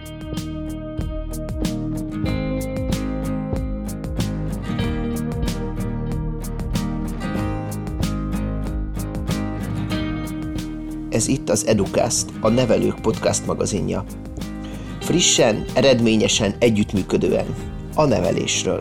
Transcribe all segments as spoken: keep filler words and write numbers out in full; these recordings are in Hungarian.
Ez itt az Educast, a Nevelők Podcast magazinja. Frissen, eredményesen, együttműködően a nevelésről.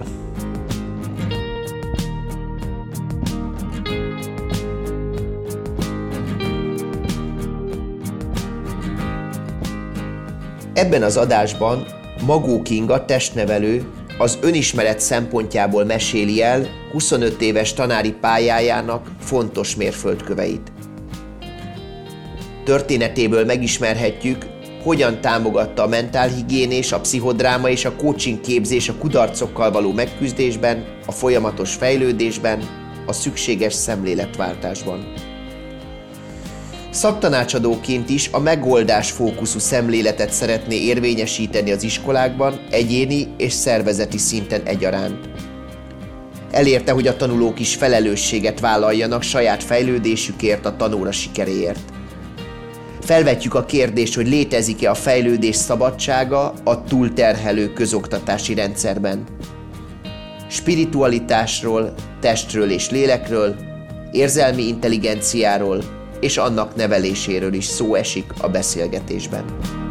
Ebben az adásban Magó Kinga testnevelő az önismeret szempontjából meséli el huszonöt éves tanári pályájának fontos mérföldköveit. Történetéből megismerhetjük, hogyan támogatta a mentálhigiénés, a pszichodráma és a coaching képzés a kudarcokkal való megküzdésben, a folyamatos fejlődésben, a szükséges szemléletváltásban. Szaktanácsadóként is a megoldás fókuszú szemléletet szeretné érvényesíteni az iskolákban, egyéni és szervezeti szinten egyaránt. Elérte, hogy a tanulók is felelősséget vállaljanak saját fejlődésükért, a tanóra sikeréért. Felvetjük a kérdést, hogy létezik-e a fejlődés szabadsága a túlterhelő közoktatási rendszerben. Spiritualitásról, testről és lélekről, érzelmi intelligenciáról és annak neveléséről is szó esik a beszélgetésben.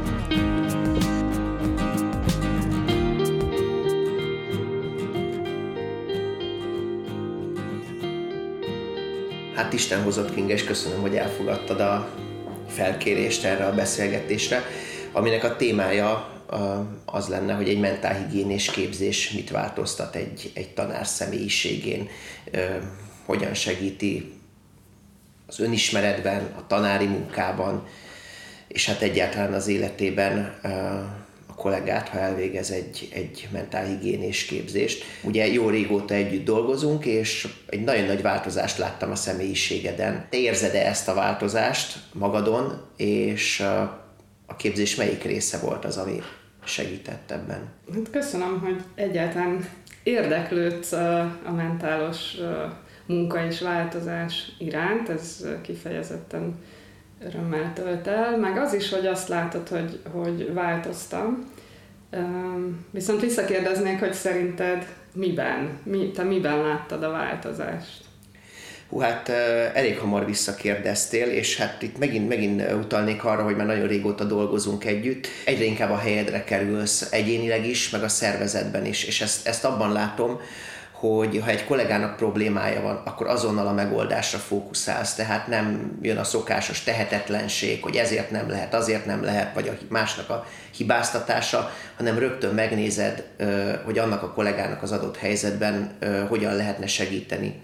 Hát Isten hozott, Kinga, és köszönöm, hogy elfogadtad a felkérést erre a beszélgetésre, aminek a témája az lenne, hogy egy mentálhigiénés képzés mit változtat egy, egy tanár személyiségén, hogyan segíti az önismeretben, a tanári munkában, és hát egyáltalán az életében a kollégát, ha elvégez egy, egy mentálhigiénés képzést. Ugye jó régóta együtt dolgozunk, és egy nagyon nagy változást láttam a személyiségeden. Te érzed-e ezt a változást magadon, és a képzés melyik része volt az, ami segített ebben? Hát köszönöm, hogy egyáltalán érdeklődsz a mentálos munka és változás iránt, ez kifejezetten örömmel tölt el, meg az is, hogy azt látod, hogy, hogy változtam. Viszont visszakérdeznék, hogy szerinted miben? Mi, te miben láttad a változást? Hú, hát elég hamar visszakérdeztél, és hát itt megint, megint utalnék arra, hogy már nagyon régóta dolgozunk együtt. Egyre inkább a helyedre kerülsz egyénileg is, meg a szervezetben is, és ezt, ezt abban látom, hogy ha egy kollégának problémája van, akkor azonnal a megoldásra fókuszálsz, tehát nem jön a szokásos tehetetlenség, hogy ezért nem lehet, azért nem lehet, vagy a másnak a hibáztatása, hanem rögtön megnézed, hogy annak a kollégának az adott helyzetben hogyan lehetne segíteni.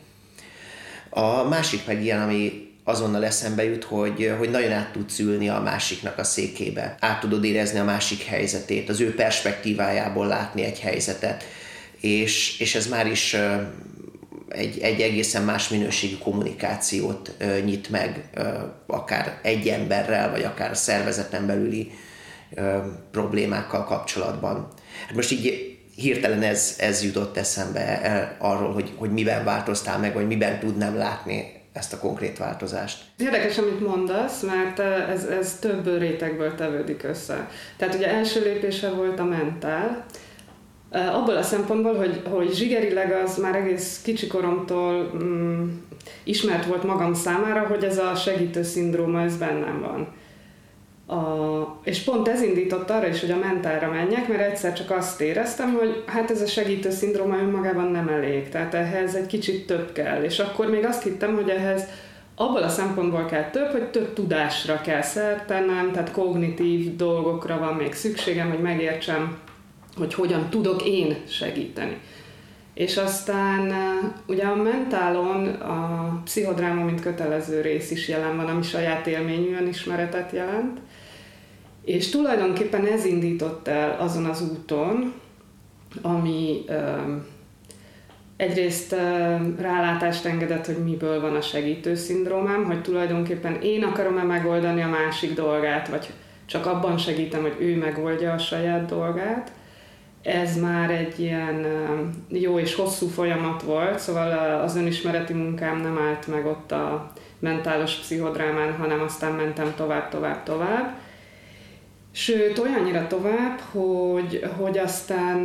A másik meg ilyen, ami azonnal eszembe jut, hogy, hogy nagyon át tudsz ülni a másiknak a székébe. Át tudod érezni a másik helyzetét, az ő perspektívájából látni egy helyzetet, és, és ez már is egy, egy egészen más minőségű kommunikációt nyit meg, akár egy emberrel, vagy akár a szervezeten belüli problémákkal kapcsolatban. Most így hirtelen ez, ez jutott eszembe arról, hogy, hogy miben változtál meg, vagy miben tudnám látni ezt a konkrét változást. Érdekes, amit mondasz, mert ez, ez több rétegből tevődik össze. Tehát ugye első lépése volt a mentál, abból a szempontból, hogy, hogy zsigerileg az már egész kicsikoromtól mm, ismert volt magam számára, hogy ez a segítő szindróma, ez bennem van. A, és pont ez indított arra is, hogy a mentálra menjek, mert egyszer csak azt éreztem, hogy hát ez a segítő szindróma önmagában nem elég, tehát ehhez egy kicsit több kell. És akkor még azt hittem, hogy ehhez abból a szempontból kell több, hogy több tudásra kell szert tennem, tehát kognitív dolgokra van még szükségem, hogy megértsem, hogy hogyan tudok én segíteni. És aztán ugye a mentálon a pszichodráma, mint kötelező rész is jelen van, ami saját élményű önismeretet jelent, és tulajdonképpen ez indított el azon az úton, ami um, egyrészt um, rálátást engedett, hogy miből van a segítő szindrómám, hogy tulajdonképpen én akarom-e megoldani a másik dolgát, vagy csak abban segítem, hogy ő megoldja a saját dolgát. Ez már egy ilyen jó és hosszú folyamat volt, szóval az önismereti munkám nem állt meg ott a mentálos pszichodrámán, hanem aztán mentem tovább, tovább, tovább. Sőt, olyannyira tovább, hogy, hogy aztán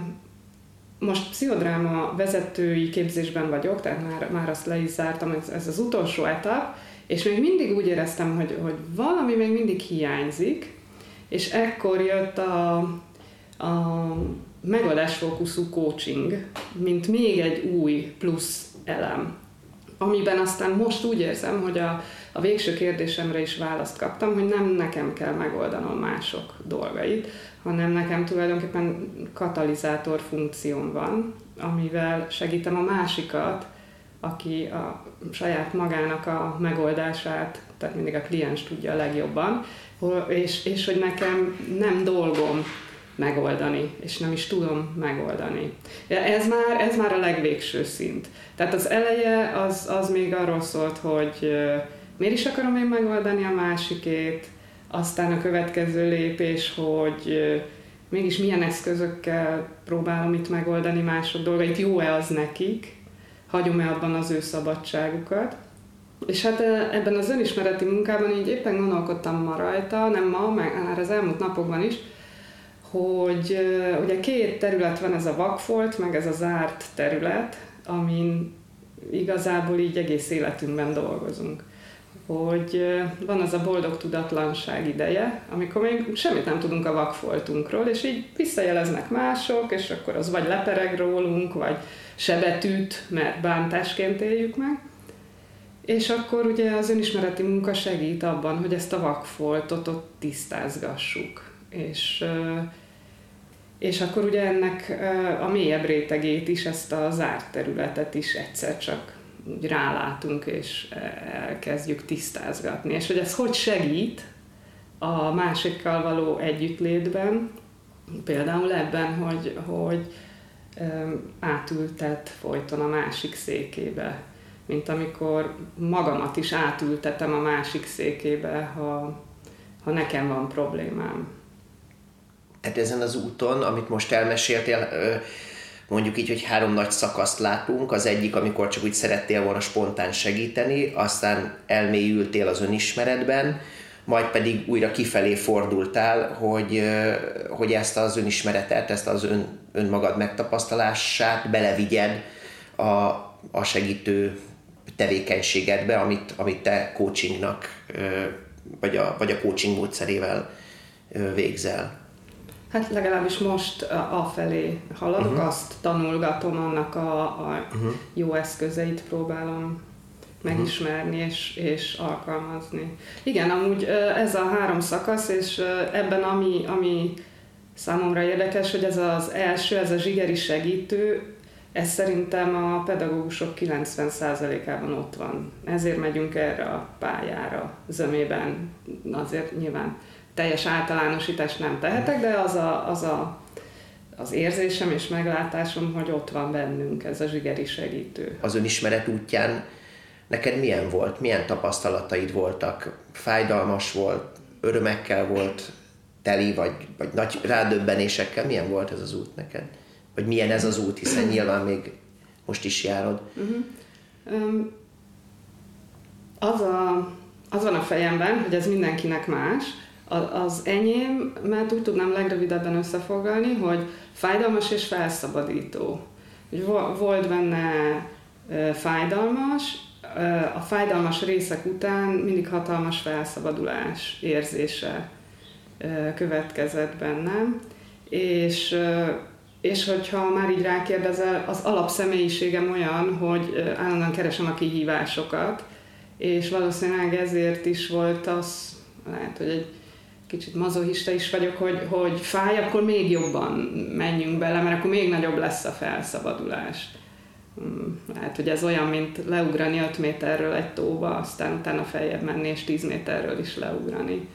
most pszichodráma vezetői képzésben vagyok, tehát már, már azt le is zártam, ez, ez az utolsó etap, és még mindig úgy éreztem, hogy, hogy valami még mindig hiányzik, és ekkor jött a, a megoldásfókuszú coaching, mint még egy új plusz elem, amiben aztán most úgy érzem, hogy a, a végső kérdésemre is választ kaptam, hogy nem nekem kell megoldanom mások dolgait, hanem nekem tulajdonképpen katalizátor funkcióm van, amivel segítem a másikat, aki a saját magának a megoldását, tehát mindig a kliens tudja a legjobban, és, és hogy nekem nem dolgom megoldani, és nem is tudom megoldani. Ez már, ez már a legvégső szint. Tehát az eleje az, az még arról szólt, hogy miért is akarom én megoldani a másikét, aztán a következő lépés, hogy mégis milyen eszközökkel próbálom itt megoldani mások dolgait, jó-e az nekik, hagyom-e abban az ő szabadságukat. És hát ebben az önismereti munkában így éppen gondolkodtam ma rajta, nem ma, meg már az elmúlt napokban is, hogy ugye két terület van, ez a vakfolt, meg ez a zárt terület, amin igazából így egész életünkben dolgozunk. Hogy van az a boldog tudatlanság ideje, amikor még semmit nem tudunk a vakfoltunkról, és így visszajeleznek mások, és akkor az vagy lepereg rólunk, vagy sebet üt, mert bántásként éljük meg. És akkor ugye az önismereti munka segít abban, hogy ezt a vakfoltot ott tisztázgassuk. És, és akkor ugye ennek a mélyebb rétegét is, ezt a zárt területet is egyszer csak úgy rálátunk, és elkezdjük tisztázgatni. És hogy ez hogy segít a másikkal való együttlétben, például ebben, hogy, hogy átültet folyton a másik székébe, mint amikor magamat is átültetem a másik székébe, ha, ha nekem van problémám. Hát ezen az úton, amit most elmeséltél, mondjuk így, hogy három nagy szakaszt látunk. Az egyik, amikor csak úgy szerettél volna spontán segíteni, aztán elmélyültél az önismeretben, majd pedig újra kifelé fordultál, hogy, hogy ezt az önismeretet, ezt az ön, önmagad megtapasztalását belevigyed a, a segítő tevékenységedbe, amit, amit te coachingnak, vagy a, vagy a coaching módszerével végzel. Hát legalábbis most afelé haladok, uh-huh. azt tanulgatom, annak a, a uh-huh. jó eszközeit próbálom megismerni uh-huh. és, és alkalmazni. Igen, amúgy ez a három szakasz, és ebben ami, ami számomra érdekes, hogy ez az első, ez a zsigeri segítő, ez szerintem a pedagógusok kilencven százalékában ott van. Ezért megyünk erre a pályára zömében, azért nyilván teljes általánosítást nem tehetek, de az, a, az, a, az érzésem és meglátásom, hogy ott van bennünk ez a zsigeri segítő. Az önismeret útján neked milyen volt? Milyen tapasztalataid voltak? Fájdalmas volt? Örömekkel volt teli? Vagy, vagy nagy rádöbbenésekkel? Milyen volt ez az út neked? Vagy milyen ez az út, hiszen nyilván még most is járod? Uh-huh. Um, az, a, az van a fejemben, hogy ez mindenkinek más. Az enyém, mert úgy tudnám legrövidebben összefoglalni, hogy fájdalmas és felszabadító. Volt benne fájdalmas, a fájdalmas részek után mindig hatalmas felszabadulás érzése következett bennem, és, és hogyha már így rákérdezel, az alapszemélyiségem olyan, hogy állandóan keresem a kihívásokat, és valószínűleg ezért is volt az, lehet, hogy egy kicsit mazochista is vagyok, hogy, hogy fáj, akkor még jobban menjünk bele, mert akkor még nagyobb lesz a felszabadulás. Lehet, hogy ez olyan, mint leugrani öt méterről egy tóba, aztán utána feljebb menni, és tíz méterről is leugrani.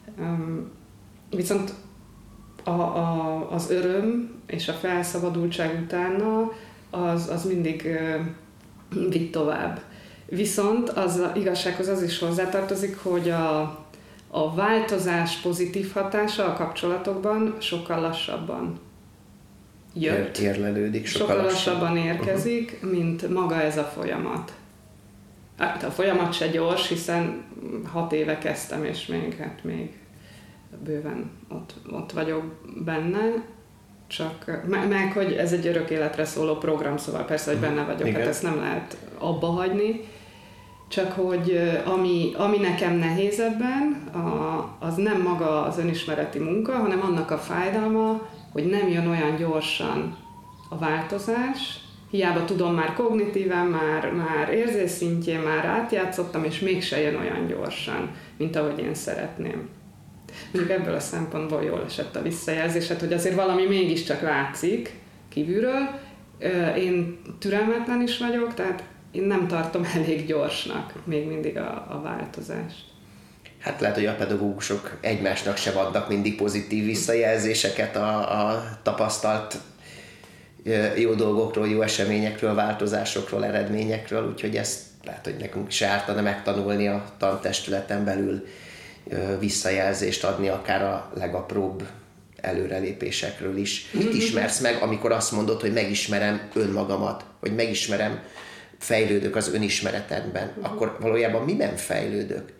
Viszont a, a, az öröm és a felszabadultság utána az, az mindig vitt tovább. Viszont az igazsághoz az is hozzátartozik, hogy a A változás pozitív hatása a kapcsolatokban sokkal lassabban jött. Érlelődik, sokkal, sokkal lassabban érkezik, uh-huh. mint maga ez a folyamat. Hát a folyamat se gyors, hiszen hat éve kezdtem, és még, hát még bőven ott, ott vagyok benne, csak meg, meg, hogy ez egy örök életre szóló program, szóval persze, hogy benne vagyok, igen. Hát ezt nem lehet abba hagyni, csak hogy ami, ami nekem nehéz ebben, a, az nem maga az önismereti munka, hanem annak a fájdalma, hogy nem jön olyan gyorsan a változás, hiába tudom már kognitíven, már, már érzés szintjén, már átjátszottam, és mégse jön olyan gyorsan, mint ahogy én szeretném. Mondjuk ebből a szempontból jól esett a visszajelzésed, hogy azért valami mégiscsak látszik kívülről. Én türelmetlen is vagyok, tehát én nem tartom elég gyorsnak még mindig a, a változást. Hát lehet, hogy a pedagógusok egymásnak sem adnak mindig pozitív visszajelzéseket a, a tapasztalt jó dolgokról, jó eseményekről, változásokról, eredményekről, úgyhogy ezt lehet, hogy nekünk se ártana megtanulni a tantestületen belül visszajelzést adni, akár a legapróbb előrelépésekről is. Mit ismersz meg, amikor azt mondod, hogy megismerem önmagamat, vagy megismerem, fejlődök az önismeretedben, akkor valójában miben fejlődök?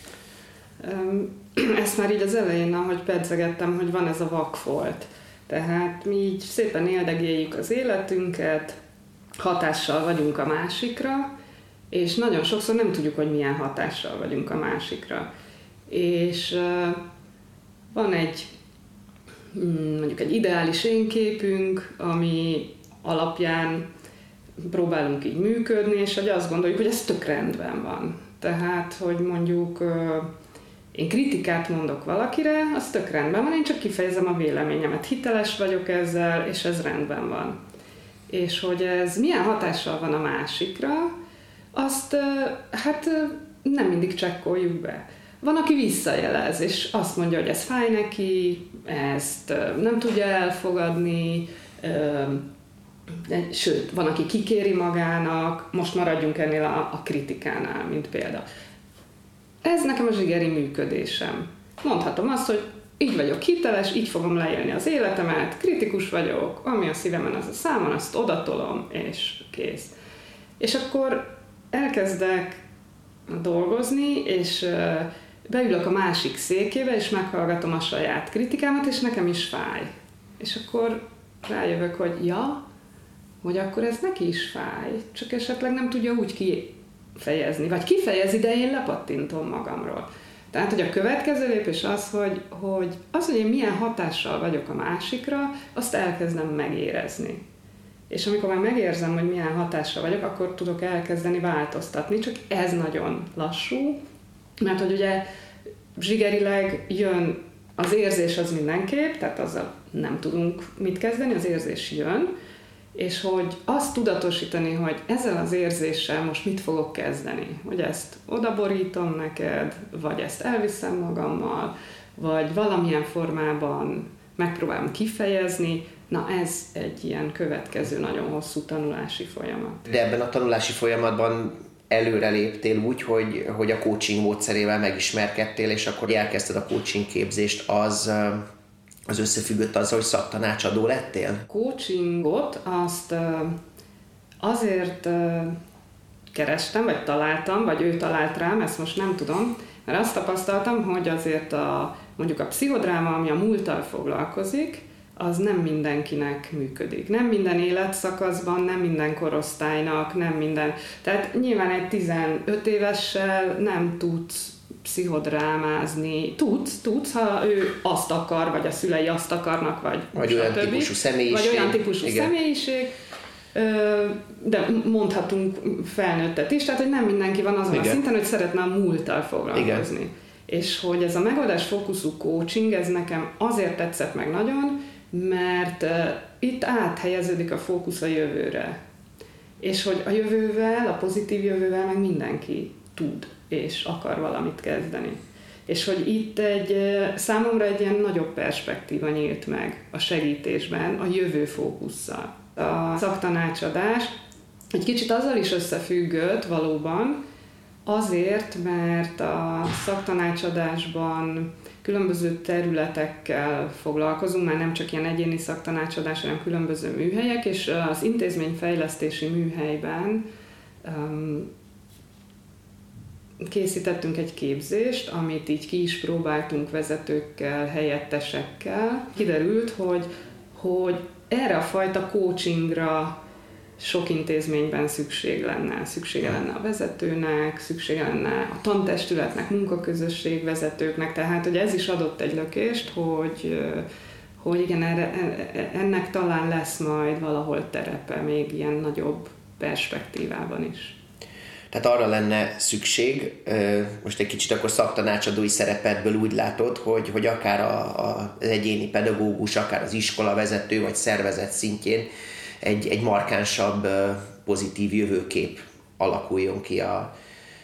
Ezt már így az elején, ahogy pedzegettem, hogy van ez a vakfolt. Tehát mi így szépen éldegéljük az életünket, hatással vagyunk a másikra, és nagyon sokszor nem tudjuk, hogy milyen hatással vagyunk a másikra. És van egy, mondjuk egy ideális énképünk, ami alapján próbálunk így működni, és hogy azt gondoljuk, hogy ez tök rendben van. Tehát, hogy mondjuk én kritikát mondok valakire, az tök rendben van, én csak kifejezem a véleményemet, hiteles vagyok ezzel, és ez rendben van. És hogy ez milyen hatással van a másikra, azt hát nem mindig csekkoljuk be. Van, aki visszajelez, és azt mondja, hogy ez fáj neki, ezt nem tudja elfogadni, sőt, van, aki kikéri magának, most maradjunk ennél a, a kritikánál, mint példa. Ez nekem a zsigeri működésem. Mondhatom azt, hogy így vagyok hiteles, így fogom leélni az életemet, kritikus vagyok, ami a szívemen, az a számon, azt odatolom, és kész. És akkor elkezdek dolgozni, és beülök a másik székébe, és meghallgatom a saját kritikámat, és nekem is fáj. És akkor rájövök, hogy ja, hogy akkor ez neki is fáj, csak esetleg nem tudja úgy kifejezni, vagy kifejezi, de én lepattintom magamról. Tehát, hogy a következő lépés az, hogy, hogy az, hogy én milyen hatással vagyok a másikra, azt elkezdem megérezni. És amikor már megérzem, hogy milyen hatással vagyok, akkor tudok elkezdeni változtatni, csak ez nagyon lassú, mert hogy ugye zsigerileg jön az érzés az mindenképp, tehát azzal nem tudunk mit kezdeni, az érzés jön, és hogy azt tudatosítani, hogy ezzel az érzéssel most mit fogok kezdeni, hogy ezt odaborítom neked, vagy ezt elviszem magammal, vagy valamilyen formában megpróbálom kifejezni, na ez egy ilyen következő nagyon hosszú tanulási folyamat. De ebben a tanulási folyamatban előreléptél úgy, hogy, hogy a coaching módszerével megismerkedtél, és akkor elkezdted a coaching képzést, az, az összefüggött azzal, hogy szaktanácsadó lettél? Coachingot azt azért kerestem, vagy találtam, vagy ő talált rám, ezt most nem tudom, mert azt tapasztaltam, hogy azért a, mondjuk a pszichodráma, ami a múlttal foglalkozik, az nem mindenkinek működik. Nem minden életszakaszban, nem minden korosztálynak, nem minden... Tehát nyilván egy tizenöt évessel nem tudsz pszichodrámázni. Tudsz, tudsz, ha ő azt akar, vagy a szülei azt akarnak, vagy Vagy olyan többi, típusú személyiség. Vagy olyan típusú igen. személyiség. De mondhatunk felnőttet is, tehát hogy nem mindenki van azon igen. a szinten, hogy szeretne a múlttal foglalkozni. Igen. És hogy ez a megoldás fókuszú coaching, ez nekem azért tetszett meg nagyon, mert uh, itt áthelyeződik a fókusz a jövőre. És hogy a jövővel, a pozitív jövővel meg mindenki tud és akar valamit kezdeni. És hogy itt egy, uh, számomra egy ilyen nagyobb perspektíva nyílt meg a segítésben, a jövő fókusszal. A szaktanácsadás egy kicsit azzal is összefüggött valóban, azért, mert a szaktanácsadásban különböző területekkel foglalkozunk, már nem csak ilyen egyéni szaktanácsadás, hanem különböző műhelyek, és az intézményfejlesztési műhelyben um, készítettünk egy képzést, amit így ki is próbáltunk vezetőkkel, helyettesekkel. Kiderült, hogy, hogy erre a fajta coachingra sok intézményben szükség lenne. Szüksége lenne a vezetőnek, szüksége lenne a tantestületnek, munkaközösség vezetőknek, tehát hogy ez is adott egy lökést, hogy, hogy igen, erre, ennek talán lesz majd valahol terepe, még ilyen nagyobb perspektívában is. Tehát arra lenne szükség, most egy kicsit akkor szaktanácsadói szerepedből úgy látod, hogy, hogy akár a, a, az egyéni pedagógus, akár az iskola vezető vagy szervezet szintjén egy, egy markánsabb, pozitív jövőkép alakuljon ki a,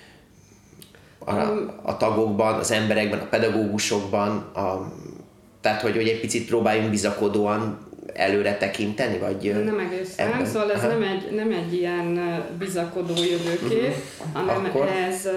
a, a tagokban, az emberekben, a pedagógusokban, a, tehát hogy, hogy egy picit próbáljunk bizakodóan előre tekinteni, vagy nem egészen, ebben? Szóval ez nem egy, nem egy ilyen bizakodó jövőkép, uh-huh. hanem Akkor? ez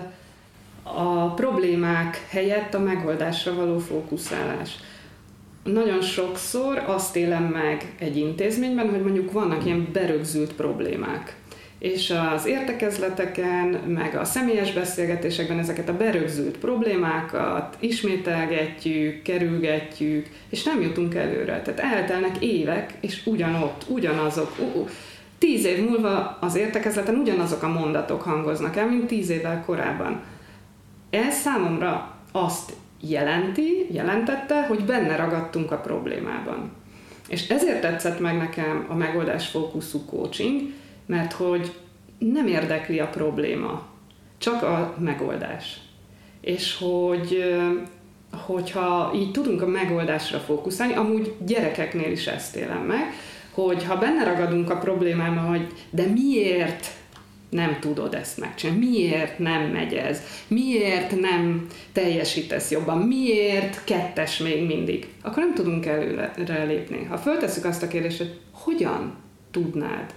a problémák helyett a megoldásra való fókuszálás. Nagyon sokszor azt élem meg egy intézményben, hogy mondjuk vannak ilyen berögzült problémák. És az értekezleteken, meg a személyes beszélgetésekben ezeket a berögzült problémákat ismételgetjük, kerülgetjük, és nem jutunk előre. Tehát eltelnek évek, és ugyanott, ugyanazok. Uh, tíz év múlva az értekezleten ugyanazok a mondatok hangoznak el, mint tíz évvel korábban. Ez számomra azt jelenti, jelentette, hogy benne ragadtunk a problémában. És ezért tetszett meg nekem a megoldásfókuszú coaching, mert hogy nem érdekli a probléma, csak a megoldás. És hogy, hogyha így tudunk a megoldásra fókuszálni, amúgy gyerekeknél is ezt élem meg, hogy ha benne ragadunk a problémában, hogy de miért nem tudod ezt megcsinálni, miért nem megy ez, miért nem teljesítesz jobban, miért kettes még mindig, akkor nem tudunk előre lépni. Ha föltesszük azt a kérdést, hogy hogyan tudnád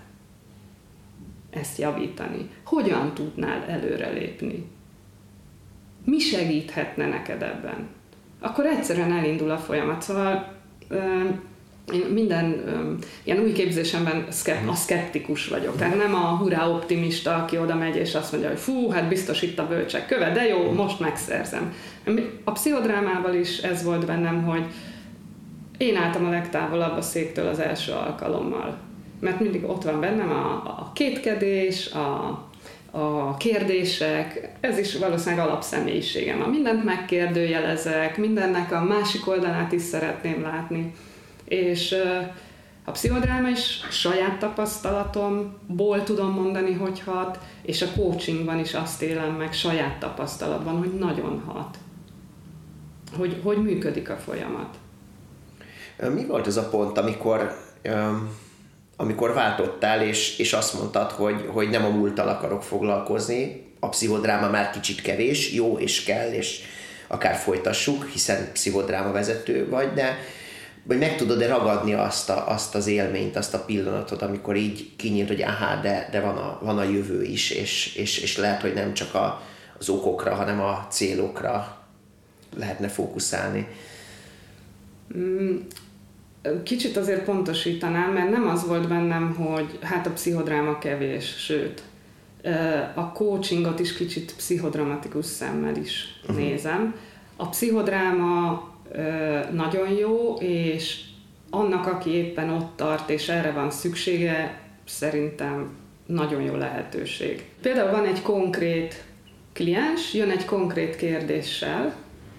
ezt javítani? Hogyan tudnál előrelépni? Mi segíthetne neked ebben? Akkor egyszerűen elindul a folyamat. Szóval én minden ilyen új képzésemben a szkeptikus vagyok. Tehát nem a hurrá optimista, aki oda megy és azt mondja, hogy fú, hát biztos itt a bölcsek köve, de jó, most megszerzem. A pszichodrámával is ez volt bennem, hogy én álltam a legtávolabb a széktől az első alkalommal. Mert mindig ott van bennem a, a kétkedés, a, a kérdések, ez is valószínűleg alapszemélyiségem. A mindent megkérdőjelezek, mindennek a másik oldalát is szeretném látni. És a pszichodráma is saját tapasztalatomból tudom mondani, hogy hat, és a coachingban is azt élem meg saját tapasztalatban, hogy nagyon hat. Hogy, hogy működik a folyamat. Mi volt az a pont, amikor... Um... amikor váltottál, és, és azt mondtad, hogy, hogy nem a múlttal akarok foglalkozni, a pszichodráma már kicsit kevés, jó és kell, és akár folytassuk, hiszen pszichodráma vezető vagy, de vagy meg tudod-e ragadni azt, a, azt az élményt, azt a pillanatot, amikor így kinyílt, hogy aha, de, de van, a, van a jövő is, és, és, és lehet, hogy nem csak a, az okokra, hanem a célokra lehetne fókuszálni. Mm. Kicsit azért pontosítanám, mert nem az volt bennem, hogy hát a pszichodráma kevés, sőt, a coachingot is kicsit pszichodramatikus szemmel is uh-huh. nézem. A pszichodráma nagyon jó, és annak, aki éppen ott tart, és erre van szüksége, szerintem nagyon jó lehetőség. Például van egy konkrét kliens, jön egy konkrét kérdéssel,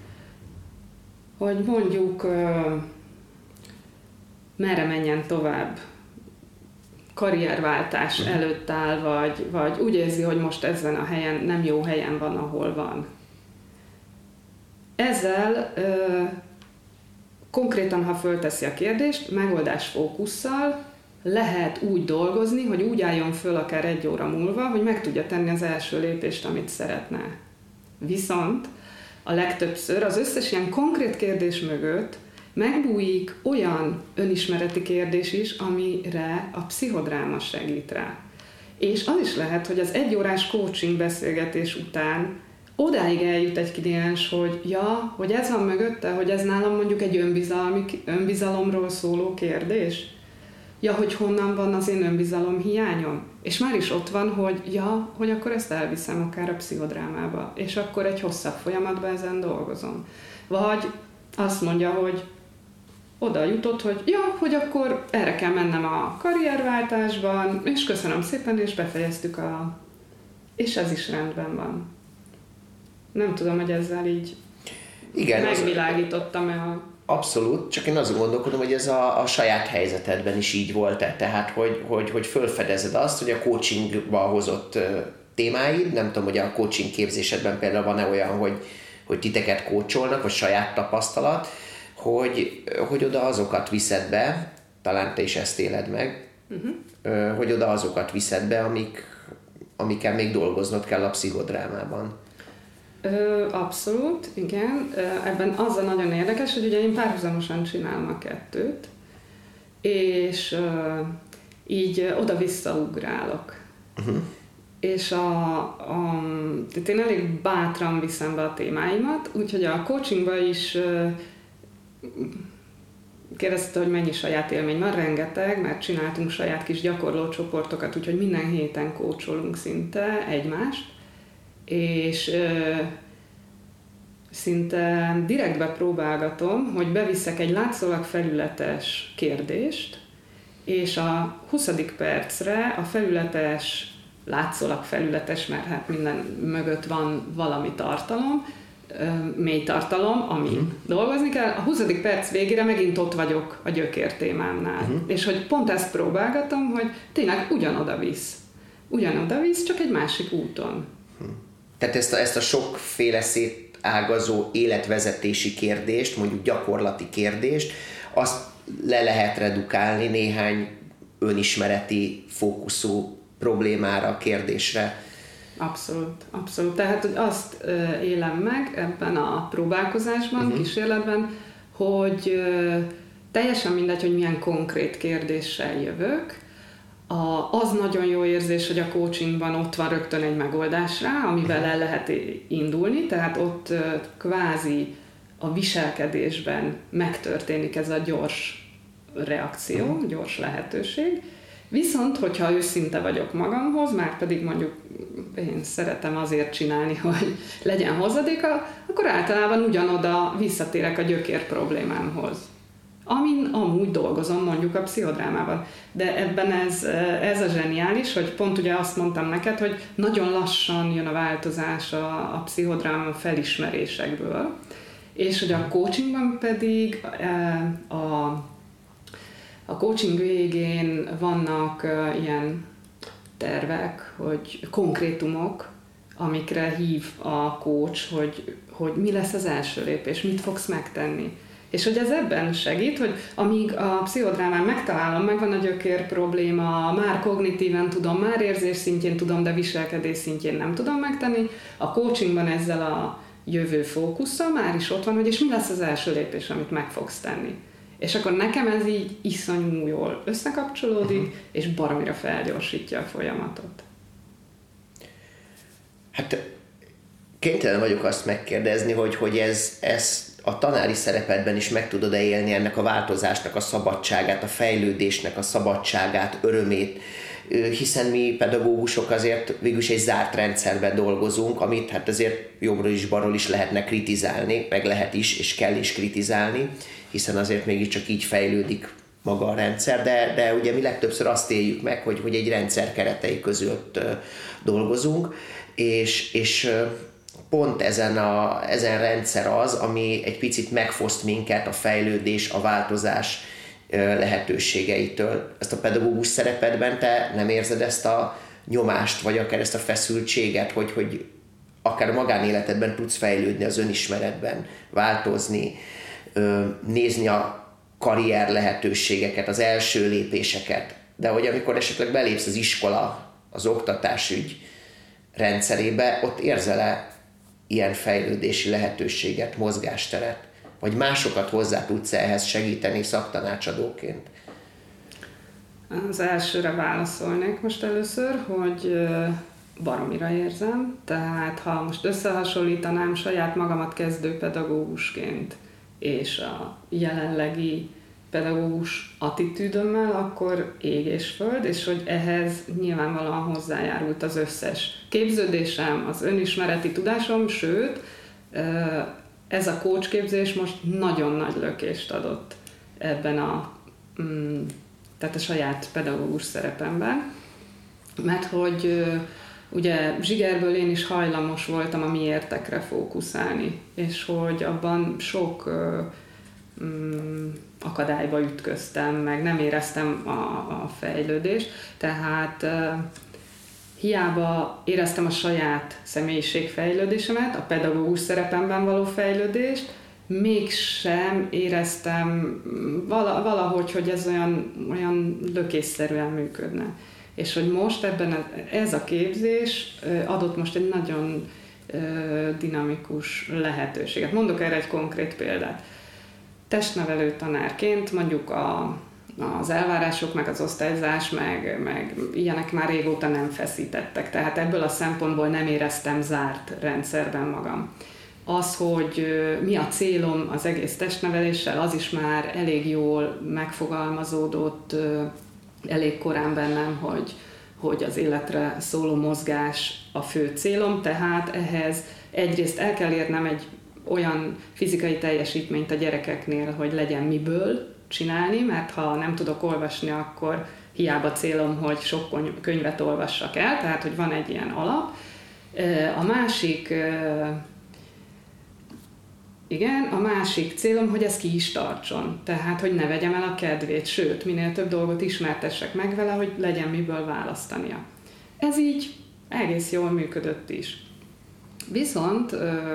hogy mondjuk merre menjen tovább, karrierváltás előtt áll, vagy, vagy úgy érzi, hogy most ezen a helyen nem jó helyen van, ahol van. Ezzel ö, konkrétan, ha fölteszi a kérdést, megoldás fókusszal lehet úgy dolgozni, hogy úgy álljon föl akár egy óra múlva, hogy meg tudja tenni az első lépést, amit szeretne. Viszont a legtöbbször az összes ilyen konkrét kérdés mögött megbújik olyan önismereti kérdés is, amire a pszichodráma segít rá. És az is lehet, hogy az egyórás coaching beszélgetés után odáig eljut egy kliens, hogy ja, hogy ez van mögötte, hogy ez nálam mondjuk egy önbizalmi, önbizalomról szóló kérdés. ja, hogy honnan van az én önbizalom hiányom. És már is ott van, hogy ja, hogy akkor ezt elviszem akár a pszichodrámába, és akkor egy hosszabb folyamatban ezen dolgozom. Vagy azt mondja, hogy oda jutott, hogy ja, hogy akkor erre kell mennem a karrierváltásban, és köszönöm szépen, és befejeztük a... És ez is rendben van. Nem tudom, hogy ezzel így igen, megvilágítottam-e a... Abszolút, csak én azon gondolkodom, hogy ez a, a saját helyzetedben is így volt-e. Tehát, hogy, hogy, hogy fölfedezed azt, hogy a coachingba hozott témáid, nem tudom, hogy a coaching képzésedben például van-e olyan, hogy, hogy titeket coacholnak, vagy saját tapasztalat, hogy, hogy oda azokat viszed be, talán te is ezt éled meg, uh-huh. hogy oda azokat viszed be, amik, amikkel még dolgoznod kell a pszichodrámában. Ö, abszolút, igen. Ebben az a nagyon érdekes, hogy ugye én párhuzamosan csinálom a kettőt, és ö, így oda-vissza ugrálok. Uh-huh. És a, a, tehát én elég bátran viszem be a témáimat, úgyhogy a coachingban is ö, kérdezte, hogy mennyi saját élmény van, rengeteg, mert csináltunk saját kis gyakorlócsoportokat, úgyhogy minden héten coacholunk szinte egymást, és ö, szinte direktbe próbálgatom, hogy beviszek egy látszólag felületes kérdést, és a huszadik percre a felületes, látszólag felületes, mert hát minden mögött van valami tartalom, ö, mély tartalom, ami uh-huh. dolgozni kell, a huszadik perc végére megint ott vagyok a gyökértémámnál. Uh-huh. És hogy pont ezt próbálgatom, hogy tényleg ugyanoda visz. Ugyanoda visz, csak egy másik úton. Tehát ezt a, ezt a sokféle szétágazó életvezetési kérdést, mondjuk gyakorlati kérdést, azt le lehet redukálni néhány önismereti fókuszú problémára, kérdésre. Abszolút, abszolút. Tehát, hogy azt ö, élem meg ebben a próbálkozásban, uh-huh. kísérletben, hogy ö, teljesen mindegy, hogy milyen konkrét kérdéssel jövök. A, az nagyon jó érzés, hogy a coachingban ott van rögtön egy megoldás rá, amivel el lehet indulni, tehát ott uh, kvázi a viselkedésben megtörténik ez a gyors reakció, gyors lehetőség. Viszont, hogyha őszinte vagyok magamhoz, már pedig mondjuk én szeretem azért csinálni, hogy legyen hozadéka, akkor általában ugyanoda visszatérek a gyökér problémámhoz, amin amúgy dolgozom mondjuk a pszichodrámában. De ebben ez, ez a zseniális, hogy pont ugye azt mondtam neked, hogy nagyon lassan jön a változás a, a pszichodráma felismerésekből, és hogy a coachingban pedig a, a coaching végén vannak ilyen tervek, hogy konkrétumok, amikre hív a coach, hogy, hogy mi lesz az első lépés, mit fogsz megtenni. És hogy ez ebben segít, hogy amíg a pszichodrámán megtalálom, megvan a gyökér probléma, már kognitíven tudom, már érzés szintjén tudom, de viselkedés szintjén nem tudom megtenni, a coachingban ezzel a jövő fókusszal már is ott van, hogy és mi lesz az első lépés, amit meg fogsz tenni. És akkor nekem ez így iszonyú jól összekapcsolódik, uh-huh. és baromira felgyorsítja a folyamatot. Hát kénytelen vagyok azt megkérdezni, hogy, hogy ez, ez a tanári szerepedben is meg tudod-e élni ennek a változásnak a szabadságát, a fejlődésnek a szabadságát, örömét, hiszen mi pedagógusok azért végülis egy zárt rendszerben dolgozunk, amit hát azért jobbról is, balról is lehetne kritizálni, meg lehet is, és kell is kritizálni, hiszen azért mégiscsak így fejlődik maga a rendszer, de, de ugye mi legtöbbször azt éljük meg, hogy, hogy egy rendszer keretei között dolgozunk, és, és pont ezen a ezen rendszer az, ami egy picit megfoszt minket a fejlődés, a változás lehetőségeitől. Ezt a pedagógus szerepedben te nem érzed ezt a nyomást, vagy akár ezt a feszültséget, hogy, hogy akár a magánéletedben tudsz fejlődni az önismeretben, változni, nézni a karrier lehetőségeket, az első lépéseket, de hogy amikor esetleg belépsz az iskola, az oktatásügy rendszerébe, ott érzel-e ilyen fejlődési lehetőséget, mozgásteret, vagy másokat hozzá tudsz ehhez segíteni szaktanácsadóként? Az elsőre válaszolnék most először, hogy baromira érzem, tehát ha most összehasonlítanám saját magamat kezdő pedagógusként és a jelenlegi pedagógus attitűdömmel, akkor ég és föld, és hogy ehhez nyilvánvalóan hozzájárult az összes képződésem, az önismereti tudásom, sőt, ez a coach képzés most nagyon nagy lökést adott ebben a, tehát a saját pedagógus szerepemben, mert hogy ugye zsigerből én is hajlamos voltam a miértekre fókuszálni, és hogy abban sok mm, akadályba ütköztem, meg nem éreztem a, a fejlődést, tehát uh, hiába éreztem a saját személyiségfejlődésemet, a pedagógus szerepemben való fejlődést, mégsem éreztem valahogy, hogy ez olyan, olyan lökésszerűen működne. És hogy most ebben ez a képzés adott most egy nagyon dinamikus lehetőséget. Mondok erre egy konkrét példát. Testnevelő tanárként mondjuk a, az elvárások, meg az osztályzás, meg, meg ilyenek már régóta nem feszítettek. Tehát ebből a szempontból nem éreztem zárt rendszerben magam. Az, hogy mi a célom az egész testneveléssel, az is már elég jól megfogalmazódott, elég korán bennem, hogy, hogy az életre szóló mozgás a fő célom, tehát ehhez egyrészt el kell érnem egy olyan fizikai teljesítményt a gyerekeknél, hogy legyen miből csinálni, mert ha nem tudok olvasni, akkor hiába célom, hogy sok könyvet olvassak el, tehát hogy van egy ilyen alap. A másik Igen, a másik célom, hogy ez ki is tartson. Tehát, hogy ne vegyem el a kedvét, sőt, minél több dolgot ismertessek meg vele, hogy legyen miből választania. Ez így egész jól működött is. Viszont,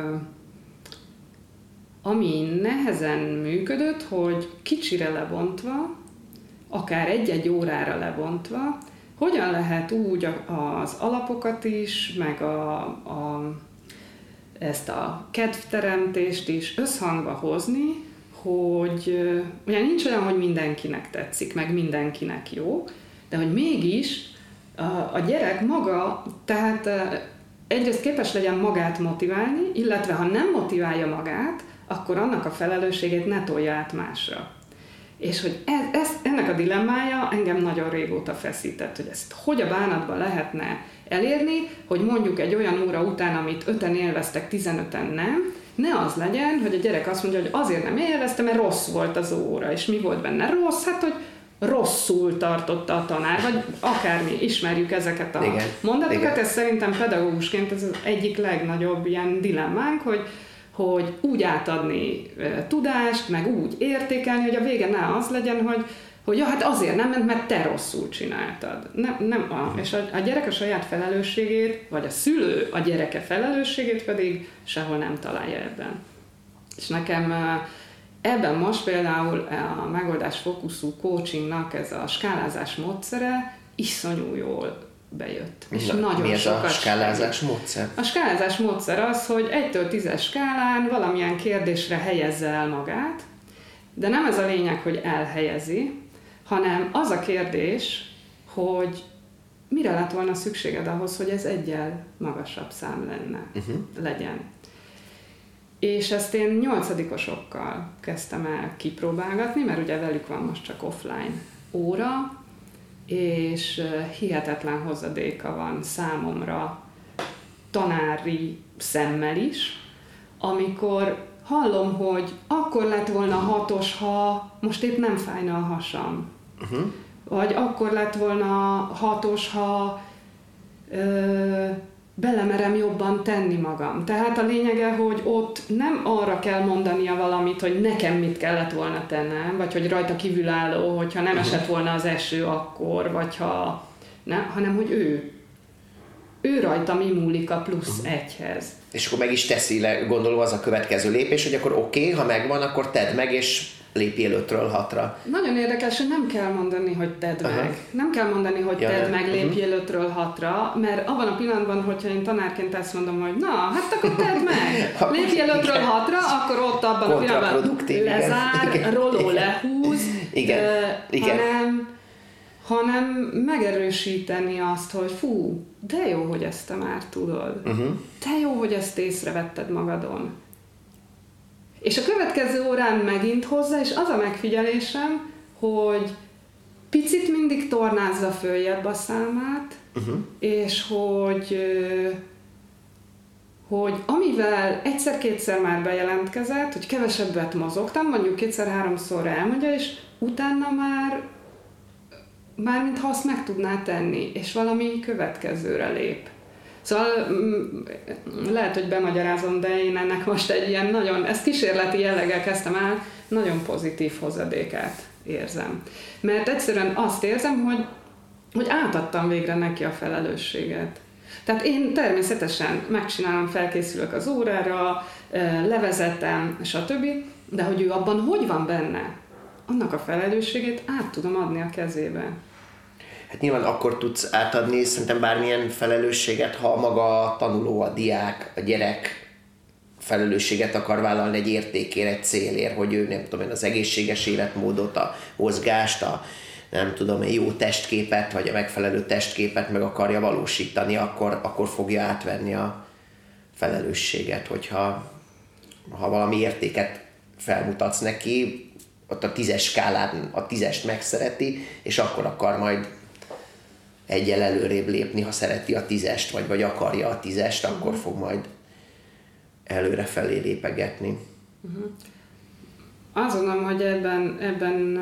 ami nehezen működött, hogy kicsire lebontva, akár egy-egy órára lebontva, hogyan lehet úgy az alapokat is, meg a, a ezt a kedvteremtést is összhangba hozni, hogy ugye nincs olyan, hogy mindenkinek tetszik, meg mindenkinek jó, de hogy mégis a, a gyerek maga, tehát egyrészt képes legyen magát motiválni, illetve ha nem motiválja magát, akkor annak a felelősségét ne tolja át másra. És hogy ez, ez, ennek a dilemmája engem nagyon régóta feszített, hogy ezt hogy a bánatban lehetne elérni, hogy mondjuk egy olyan óra után, amit öten élveztek, tizenöten nem, ne az legyen, hogy a gyerek azt mondja, hogy azért nem élvezte, mert rossz volt az óra. És mi volt benne rossz? Hát, hogy rosszul tartotta a tanár, vagy akármi, ismerjük ezeket a igen, mondatokat. Igen. Ez szerintem pedagógusként ez az egyik legnagyobb ilyen dilemmánk, hogy hogy úgy átadni e, tudást, meg úgy értékelni, hogy a vége ne az legyen, hogy, hogy ja, hát azért nem ment, mert te rosszul csináltad. Nem, nem a, és a, a gyerek a saját felelősségét, vagy a szülő a gyereke felelősségét pedig sehol nem találja ebben. És nekem ebben most például a megoldás fókuszú coachingnak ez a skálázás módszere iszonyú jól bejött. És Na, nagyon mi ez sokat a skálázás módszer? A skálázás módszer az, hogy egytől tízes skálán valamilyen kérdésre helyezze el magát, de nem ez a lényeg, hogy elhelyezi, hanem az a kérdés, hogy mire lett volna szükséged ahhoz, hogy ez egyel magasabb szám lenne, uh-huh. legyen. És ezt én nyolcadikosokkal kezdtem el kipróbálgatni, mert ugye velük van most csak offline óra, és hihetetlen hozadéka van számomra tanári szemmel is, amikor hallom, hogy akkor lett volna hatos, ha most épp nem fájna a hasam. Uh-huh. Vagy akkor lett volna hatos, ha ö, belemerem jobban tenni magam. Tehát a lényege, hogy ott nem arra kell mondania valamit, hogy nekem mit kellett volna tennem, vagy hogy rajta kívülálló, hogyha nem uh-huh. esett volna az eső akkor, vagy ha ne, hanem hogy ő. Ő rajta mi múlik a plusz uh-huh. egyhez. És akkor meg is teszi le, gondolom az a következő lépés, hogy akkor oké, okay, ha megvan, akkor tedd meg, és lépjél ötről hatra. Nagyon érdekes, hogy nem kell mondani, hogy tedd uh-huh. meg. Nem kell mondani, hogy ja, tedd meg, lépjél uh-huh. ötről hatra, mert abban a pillanatban, hogyha én tanárként ezt mondom, hogy na, hát akkor tedd meg, lépjél ötről hatra, akkor ott abban a pillanatban lezár, igen. roló igen. lehúz, igen. Uh, igen. hanem hanem megerősíteni azt, hogy fú, de jó, hogy ezt te már tudod. Uh-huh. De jó, hogy ezt észrevetted magadon. És a következő órán megint hozzá, és az a megfigyelésem, hogy picit mindig tornázza följebb a számát, uh-huh. és hogy, hogy amivel egyszer-kétszer már bejelentkezett, hogy kevesebbet mozogtam, mondjuk kétszer-háromszor elmondja, és utána már, már mintha azt meg tudná tenni, és valami következőre lép. Szóval lehet, hogy bemagyarázom, de én ennek most egy ilyen nagyon, ezt kísérleti jelleggel kezdtem el, nagyon pozitív hozadékát érzem. Mert egyszerűen azt érzem, hogy, hogy átadtam végre neki a felelősséget. Tehát én természetesen megcsinálom, felkészülök az órára, levezetem, stb., de hogy ő abban hogy van benne, annak a felelősségét át tudom adni a kezébe. Hát nyilván akkor tudsz átadni szerintem bármilyen felelősséget, ha maga a tanuló, a diák, a gyerek felelősséget akar vállalni egy értékért, egy célért, hogy ő nem tudom én az egészséges életmódot, a mozgást, a nem tudom én jó testképet, vagy a megfelelő testképet meg akarja valósítani, akkor, akkor fogja átvenni a felelősséget, hogyha ha valami értéket felmutatsz neki, ott a tízes skálán a tízest megszereti, és akkor akar majd egyel előrébb lépni, ha szereti a tízest, vagy, vagy akarja a tízest, uh-huh. akkor fog majd előre felé lépegetni. Uh-huh. Azt gondolom, hogy ebben, ebben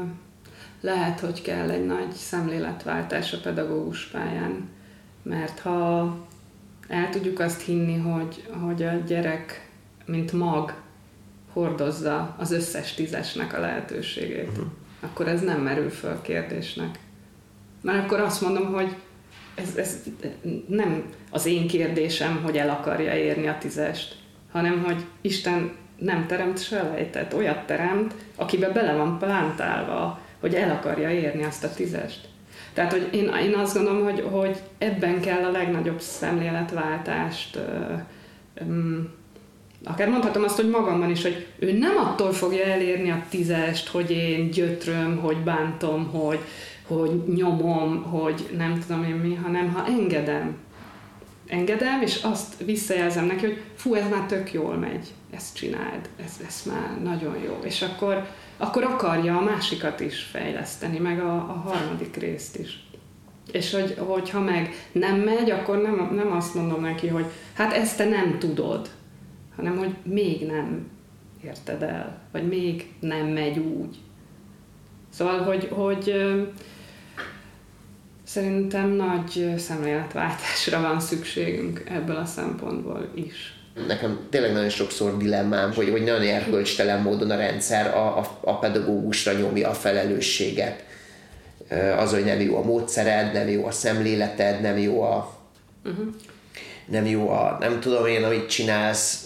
lehet, hogy kell egy nagy szemléletváltás a pedagógus pályán, mert ha el tudjuk azt hinni, hogy, hogy a gyerek, mint mag, hordozza az összes tízesnek a lehetőségét, uh-huh. akkor ez nem merül föl kérdésnek. Mert akkor azt mondom, hogy ez, ez nem az én kérdésem, hogy el akarja érni a tízest, hanem hogy Isten nem teremt selejtet, olyat teremt, akibe bele van plántálva, hogy el akarja érni azt a tízest. Tehát, hogy én, én azt gondolom, hogy, hogy ebben kell a legnagyobb szemléletváltást, um, akár mondhatom azt, hogy magamban is, hogy ő nem attól fogja elérni a tízest, hogy én gyötröm, hogy bántom, hogy, hogy nyomom, hogy nem tudom én mi, hanem ha engedem. Engedem, és azt visszajelzem neki, hogy fú, ez már tök jól megy, ezt csináld, ez, ez már nagyon jó. És akkor, akkor akarja a másikat is fejleszteni, meg a, a harmadik részt is. És hogy, hogyha meg nem megy, akkor nem, nem azt mondom neki, hogy hát ezt te nem tudod, hanem hogy még nem érted el, vagy még nem megy úgy. Szóval, hogy, hogy szerintem nagy szemléletváltásra van szükségünk ebből a szempontból is. Nekem tényleg nagyon sokszor dilemmám, hogy, hogy nagyon erkölcstelen módon a rendszer a, a, a pedagógusra nyomja a felelősséget. Az, hogy nem jó a módszered, nem jó a szemléleted, nem jó a... Uh-huh. nem jó a... nem tudom én, amit csinálsz,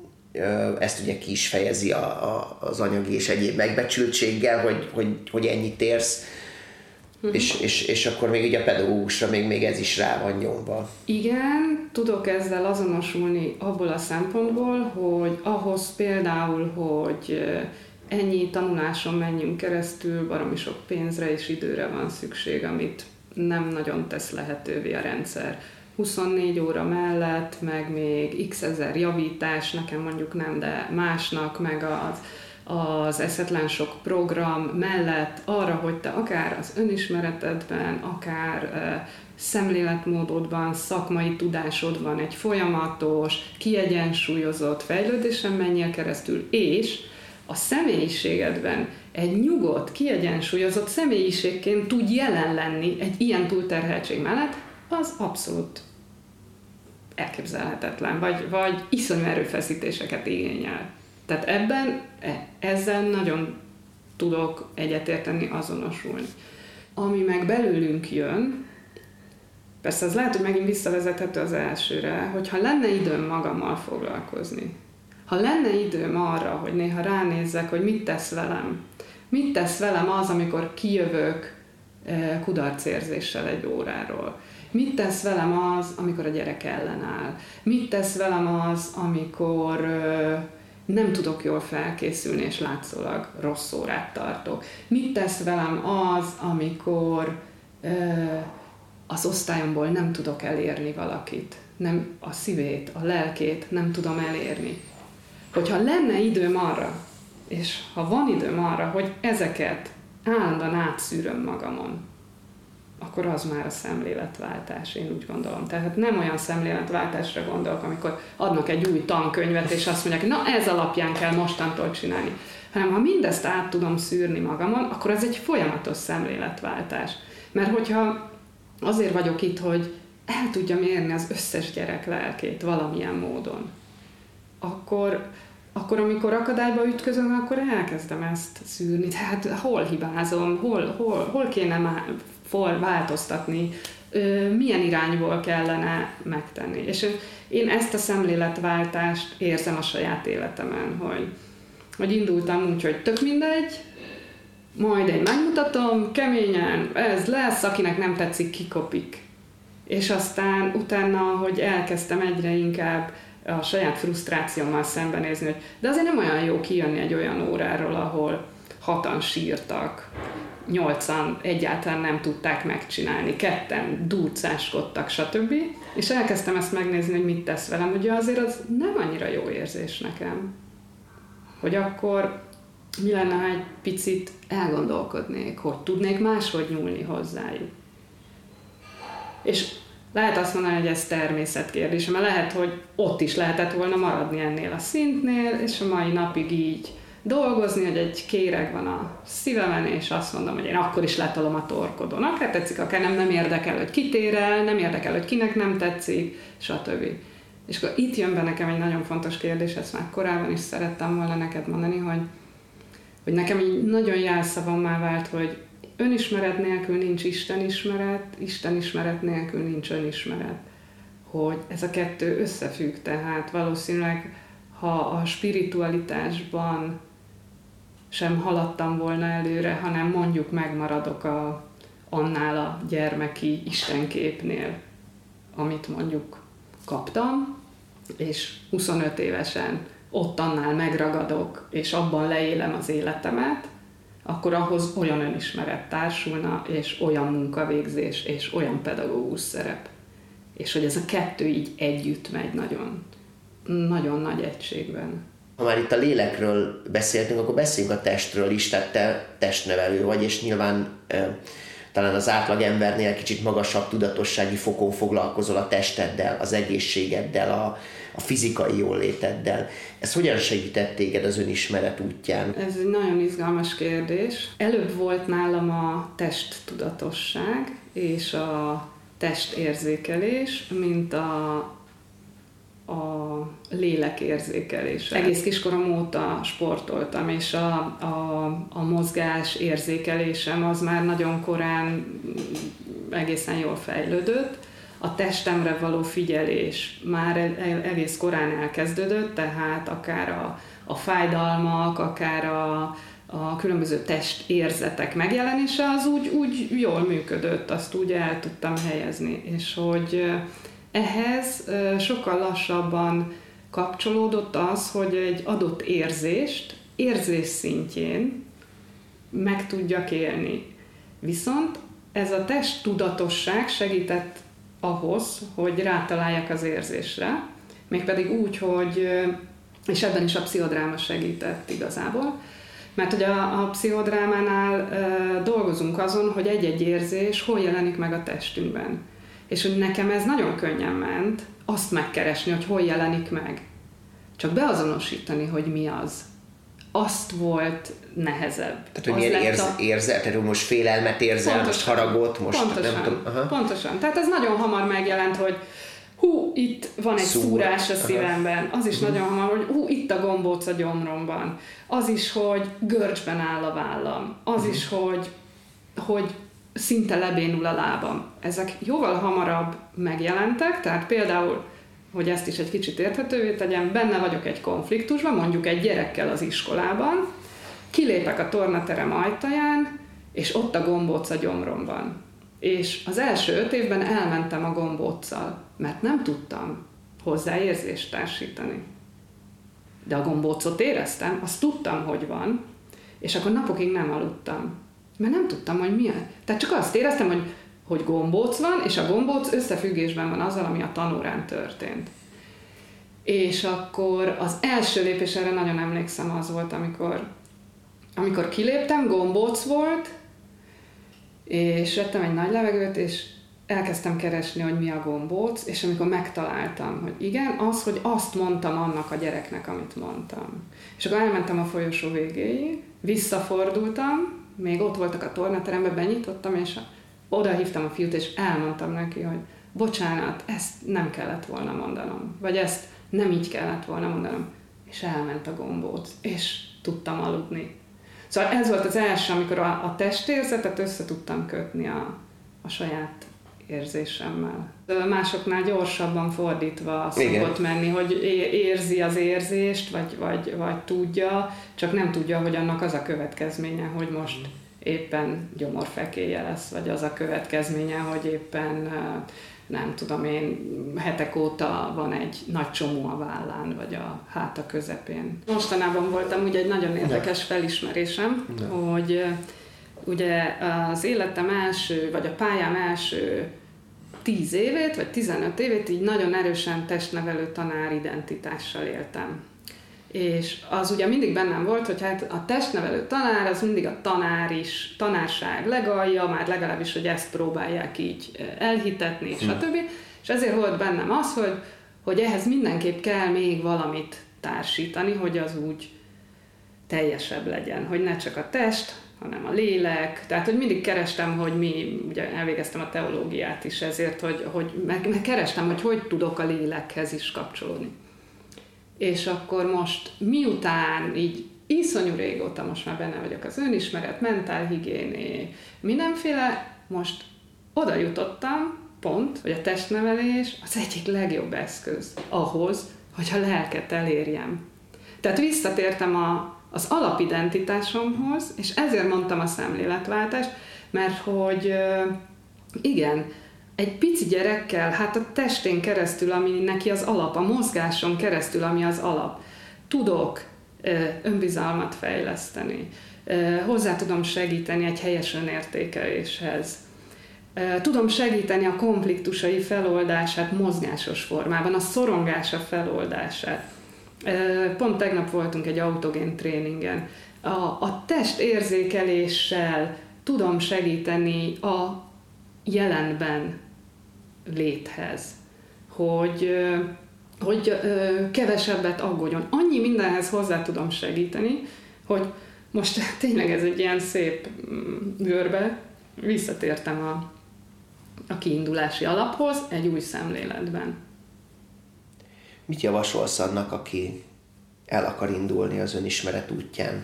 ezt ugye ki is fejezi a, a, az anyagi és egyéb megbecsültséggel, hogy, hogy, hogy ennyit érsz. Uh-huh. És, és, és akkor még ugye a pedagógusra még, még ez is rá van nyomva. Igen, tudok ezzel azonosulni abból a szempontból, hogy ahhoz például, hogy ennyi tanuláson menjünk keresztül, baromi sok pénzre és időre van szükség, amit nem nagyon tesz lehetővé a rendszer. huszonnégy óra mellett, meg még x ezer javítás, nekem mondjuk nem, de másnak, meg az az eszetlen sok program mellett arra, hogy te akár az önismeretedben, akár uh, szemléletmódodban, szakmai tudásodban egy folyamatos, kiegyensúlyozott fejlődésen menjél keresztül, és a személyiségedben egy nyugodt, kiegyensúlyozott személyiségként tud jelen lenni egy ilyen túlterheltség mellett, az abszolút elképzelhetetlen, vagy, vagy iszonyú erőfeszítéseket igényel. Tehát ebben, ezzel nagyon tudok egyetérteni, azonosulni. Ami meg belőlünk jön, persze az lehet, hogy megint visszavezethető az elsőre, hogyha lenne időm magammal foglalkozni, ha lenne időm arra, hogy néha ránézzek, hogy mit tesz velem, mit tesz velem az, amikor kijövök kudarcérzéssel egy óráról, mit tesz velem az, amikor a gyerek ellenáll, mit tesz velem az, amikor nem tudok jól felkészülni, és látszólag rossz órát tartok. Mit tesz velem az, amikor ö, az osztályomból nem tudok elérni valakit, nem a szívét, a lelkét nem tudom elérni. hogyha lenne időm arra, és ha van időm arra, hogy ezeket állandóan átszűröm magamon, akkor az már a szemléletváltás, én úgy gondolom. Tehát nem olyan szemléletváltásra gondolok, amikor adnak egy új tankönyvet, és azt mondják, na ez alapján kell mostantól csinálni. Hanem ha mindezt át tudom szűrni magamon, akkor ez egy folyamatos szemléletváltás. Mert hogyha azért vagyok itt, hogy el tudjam érni az összes gyerek lelkét valamilyen módon, akkor, akkor amikor akadályba ütközöm, akkor elkezdem ezt szűrni. Tehát hol hibázom, hol, hol, hol kéne már változtatni, milyen irányból kellene megtenni. És én ezt a szemléletváltást érzem a saját életemen, hogy, hogy indultam úgy, hogy tök mindegy, majd én megmutatom, keményen, ez lesz, akinek nem tetszik, kikopik. És aztán utána, hogy elkezdtem egyre inkább a saját frusztrációmmal szembenézni, hogy de azért nem olyan jó kijönni egy olyan óráról, ahol hatan sírtak, nyolcan egyáltalán nem tudták megcsinálni, ketten durcáskodtak, stb. És elkezdtem ezt megnézni, hogy mit tesz velem. Ugye azért az nem annyira jó érzés nekem, hogy akkor mi lenne, ha egy picit elgondolkodnék, hogy tudnék máshogy nyúlni hozzájuk. És lehet azt mondani, hogy ez természetkérdés, mert lehet, hogy ott is lehetett volna maradni ennél a szintnél, és a mai napig így dolgozni, hogy egy kéreg van a szívemen, és azt mondom, hogy én akkor is letolom a torkodon. Akár tetszik, akár nem, nem érdekel, hogy ki tér el, nem érdekel, hogy kinek nem tetszik, stb. És akkor itt jön be nekem egy nagyon fontos kérdés, ezt már korábban is szerettem volna neked mondani, hogy, hogy nekem így nagyon jelszavammá vált, hogy önismeret nélkül nincs istenismeret, istenismeret nélkül nincs önismeret. Hogy ez a kettő összefügg, tehát valószínűleg, ha a spiritualitásban sem haladtam volna előre, hanem mondjuk megmaradok a, annál a gyermeki istenképnél, amit mondjuk kaptam, és huszonöt évesen ott annál megragadok, és abban leélem az életemet, akkor ahhoz olyan önismeret társulna, és olyan munkavégzés, és olyan pedagógus szerep. És hogy ez a kettő így együtt megy nagyon, nagyon nagy egységben. Ha már itt a lélekről beszéltünk, akkor beszéljünk a testről is, tehát te testnevelő vagy, és nyilván e, talán az átlag embernél kicsit magasabb tudatossági fokon foglalkozol a testeddel, az egészségeddel, a, a fizikai jóléteddel. Ez hogyan segített téged az önismeret útján? Ez egy nagyon izgalmas kérdés. Előbb volt nálam a testtudatosság és a testérzékelés, mint a, a lélekérzékelés. Egész kiskorom óta sportoltam, és a, a, a mozgás érzékelésem az már nagyon korán egészen jól fejlődött. A testemre való figyelés már egész korán elkezdődött, tehát akár a, a fájdalmak, akár a, a különböző testérzetek megjelenése az úgy, úgy jól működött, azt úgy el tudtam helyezni, és hogy ehhez sokkal lassabban kapcsolódott az, hogy egy adott érzést érzés szintjén meg tudjak élni. Viszont ez a testtudatosság segített ahhoz, hogy rátaláljak az érzésre, mégpedig úgy, hogy, és ebben is a pszichodráma segített igazából, mert hogy a, a pszichodrámánál e, dolgozunk azon, hogy egy-egy érzés hol jelenik meg a testünkben. És hogy nekem ez nagyon könnyen ment, azt megkeresni, hogy hol jelenik meg. Csak beazonosítani, hogy mi az. Azt volt nehezebb. Tehát, hogy milyen érz, a... érzel, tehát most félelmet érzel, pontosan, most haragot, most pontosan, nem tudom. Aha. Pontosan. Tehát ez nagyon hamar megjelent, hogy hú, itt van egy Szúr. szúrás a szívemben. Az is uh-huh. nagyon hamar, hogy hú, itt a gombóc a gyomromban. Az is, hogy görcsben áll a vállam. Az uh-huh. is, hogy, hogy szinte lebénul a lábam. Ezek jóval hamarabb megjelentek, tehát például, hogy ezt is egy kicsit érthetővé tegyem, benne vagyok egy konfliktusban, mondjuk egy gyerekkel az iskolában, kilépek a tornaterem ajtaján, és ott a gombóc a gyomromban. És az első öt évben elmentem a gombóccal, mert nem tudtam hozzá érzést társítani. De a gombócot éreztem, azt tudtam, hogy van, és akkor napokig nem aludtam. Mert nem tudtam, hogy milyen. Tehát csak azt éreztem, hogy, hogy gombóc van, és a gombóc összefüggésben van azzal, ami a tanórán történt. És akkor az első lépés, erre nagyon emlékszem, az volt, amikor, amikor kiléptem, gombóc volt, és vettem egy nagy levegőt, és elkezdtem keresni, hogy mi a gombóc, és amikor megtaláltam, hogy igen, az, hogy azt mondtam annak a gyereknek, amit mondtam. És akkor elmentem a folyosó végéig, visszafordultam, még ott voltak a tornateremben, benyitottam, és oda hívtam a fiút, és elmondtam neki, hogy bocsánat, ezt nem kellett volna mondanom, vagy ezt nem így kellett volna mondanom. És elment a gombóc, és tudtam aludni. Szóval ez volt az első, amikor a, a testérzetet össze tudtam kötni a, a saját érzésemmel. Másoknál gyorsabban fordítva szokott menni, hogy érzi az érzést, vagy, vagy, vagy tudja, csak nem tudja, hogy annak az a következménye, hogy most éppen gyomorfekélye lesz, vagy az a következménye, hogy éppen nem tudom én, hetek óta van egy nagy csomó a vállán, vagy a háta közepén. Mostanában voltam ugye egy nagyon érdekes felismerésem, De. hogy ugye az életem első, vagy a pályám első tíz évét, vagy tizenöt évét így nagyon erősen testnevelő tanár identitással éltem. És az ugye mindig bennem volt, hogy hát a testnevelő tanár, az mindig a tanár is, tanárság legalja, már legalábbis, hogy ezt próbálják így elhitetni, és stb. És ezért volt bennem az, hogy, hogy ehhez mindenképp kell még valamit társítani, hogy az úgy teljesebb legyen, hogy ne csak a test, hanem a lélek. Tehát, hogy mindig kerestem, hogy mi, ugye elvégeztem a teológiát is ezért, hogy, hogy meg, meg kerestem, hogy hogy tudok a lélekhez is kapcsolódni. És akkor most miután így iszonyú régóta most már benne vagyok az önismeret, mentálhigiéné, mindenféle, most oda jutottam, pont, hogy a testnevelés az egyik legjobb eszköz ahhoz, hogy a lelket elérjem. Tehát visszatértem a, az alapidentitásomhoz, és ezért mondtam a szemléletváltást, mert hogy igen, egy pici gyerekkel, hát a testén keresztül, ami neki az alap, a mozgáson keresztül, ami az alap, tudok önbizalmat fejleszteni, hozzá tudom segíteni egy helyes önértékeléshez, tudom segíteni a konfliktusai feloldását mozgásos formában, a szorongása feloldását. Pont tegnap voltunk egy autogén tréningen. A, a testérzékeléssel tudom segíteni a jelenben léthez, hogy, hogy kevesebbet aggódjon. Annyi mindenhez hozzá tudom segíteni, hogy most tényleg ez egy ilyen szép görbe, visszatértem a, a kiindulási alaphoz egy új szemléletben. Mit javasolsz annak, aki el akar indulni az önismeret útján,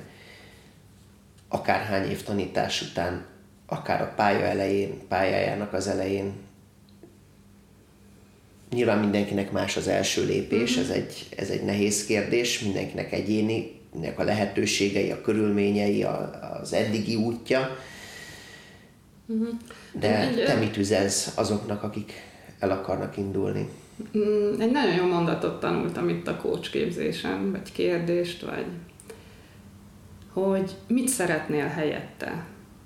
akárhány év tanítás után, akár a pálya elején, pályájának az elején? Nyilván mindenkinek más az első lépés, mm-hmm. ez, egy, ez egy nehéz kérdés, mindenkinek egyéni, mindenkinek a lehetőségei, a körülményei, a, az eddigi útja. Mm-hmm. De egy, te mit üzensz azoknak, akik el akarnak indulni? Egy nagyon jó mondatot tanultam itt a coachképzésen, vagy kérdést, vagy hogy mit szeretnél helyette?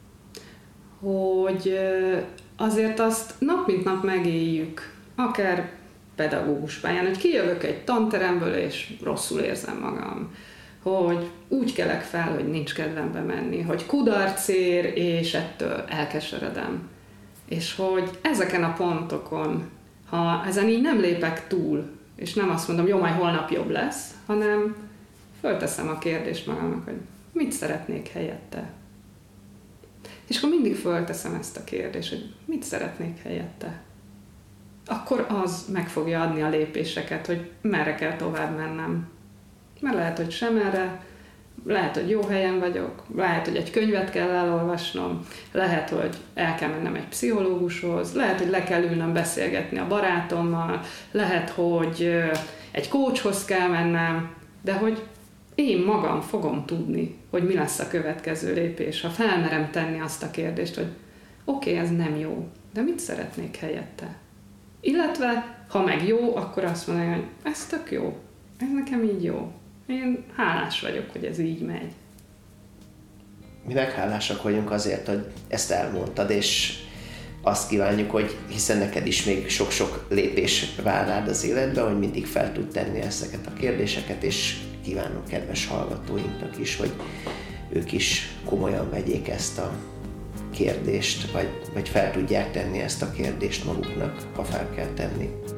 Hogy azért azt nap mint nap megéljük, akár pedagógus pályán, hogy kijövök egy tanteremből, és rosszul érzem magam. Hogy úgy kelek fel, hogy nincs kedvem bemenni, hogy kudarc ér, és ettől elkeseredem. És hogy ezeken a pontokon, ha ezen így nem lépek túl, és nem azt mondom, jó, majd holnap jobb lesz, hanem fölteszem a kérdést magamnak, hogy mit szeretnék helyette. És akkor mindig fölteszem ezt a kérdést, hogy mit szeretnék helyette. Akkor az meg fogja adni a lépéseket, hogy merre kell tovább mennem. Mert lehet, hogy sem erre, lehet, hogy jó helyen vagyok, lehet, hogy egy könyvet kell elolvasnom, lehet, hogy el kell mennem egy pszichológushoz, lehet, hogy le kell ülnöm beszélgetni a barátommal, lehet, hogy egy coachhoz kell mennem, de hogy én magam fogom tudni, hogy mi lesz a következő lépés, ha felmerem tenni azt a kérdést, hogy oké, okay, ez nem jó, de mit szeretnék helyette? Illetve, ha meg jó, akkor azt mondom, hogy ez tök jó, ez nekem így jó. Én hálás vagyok, hogy ez így megy. Mi meghálásak vagyunk azért, hogy ezt elmondtad, és azt kívánjuk, hogy hiszen neked is még sok-sok lépés vár rád az életben, hogy mindig fel tud tenni ezeket a kérdéseket, és kívánunk kedves hallgatóinknak is, hogy ők is komolyan vegyék ezt a kérdést, vagy, vagy fel tudják tenni ezt a kérdést maguknak, ha fel kell tenni.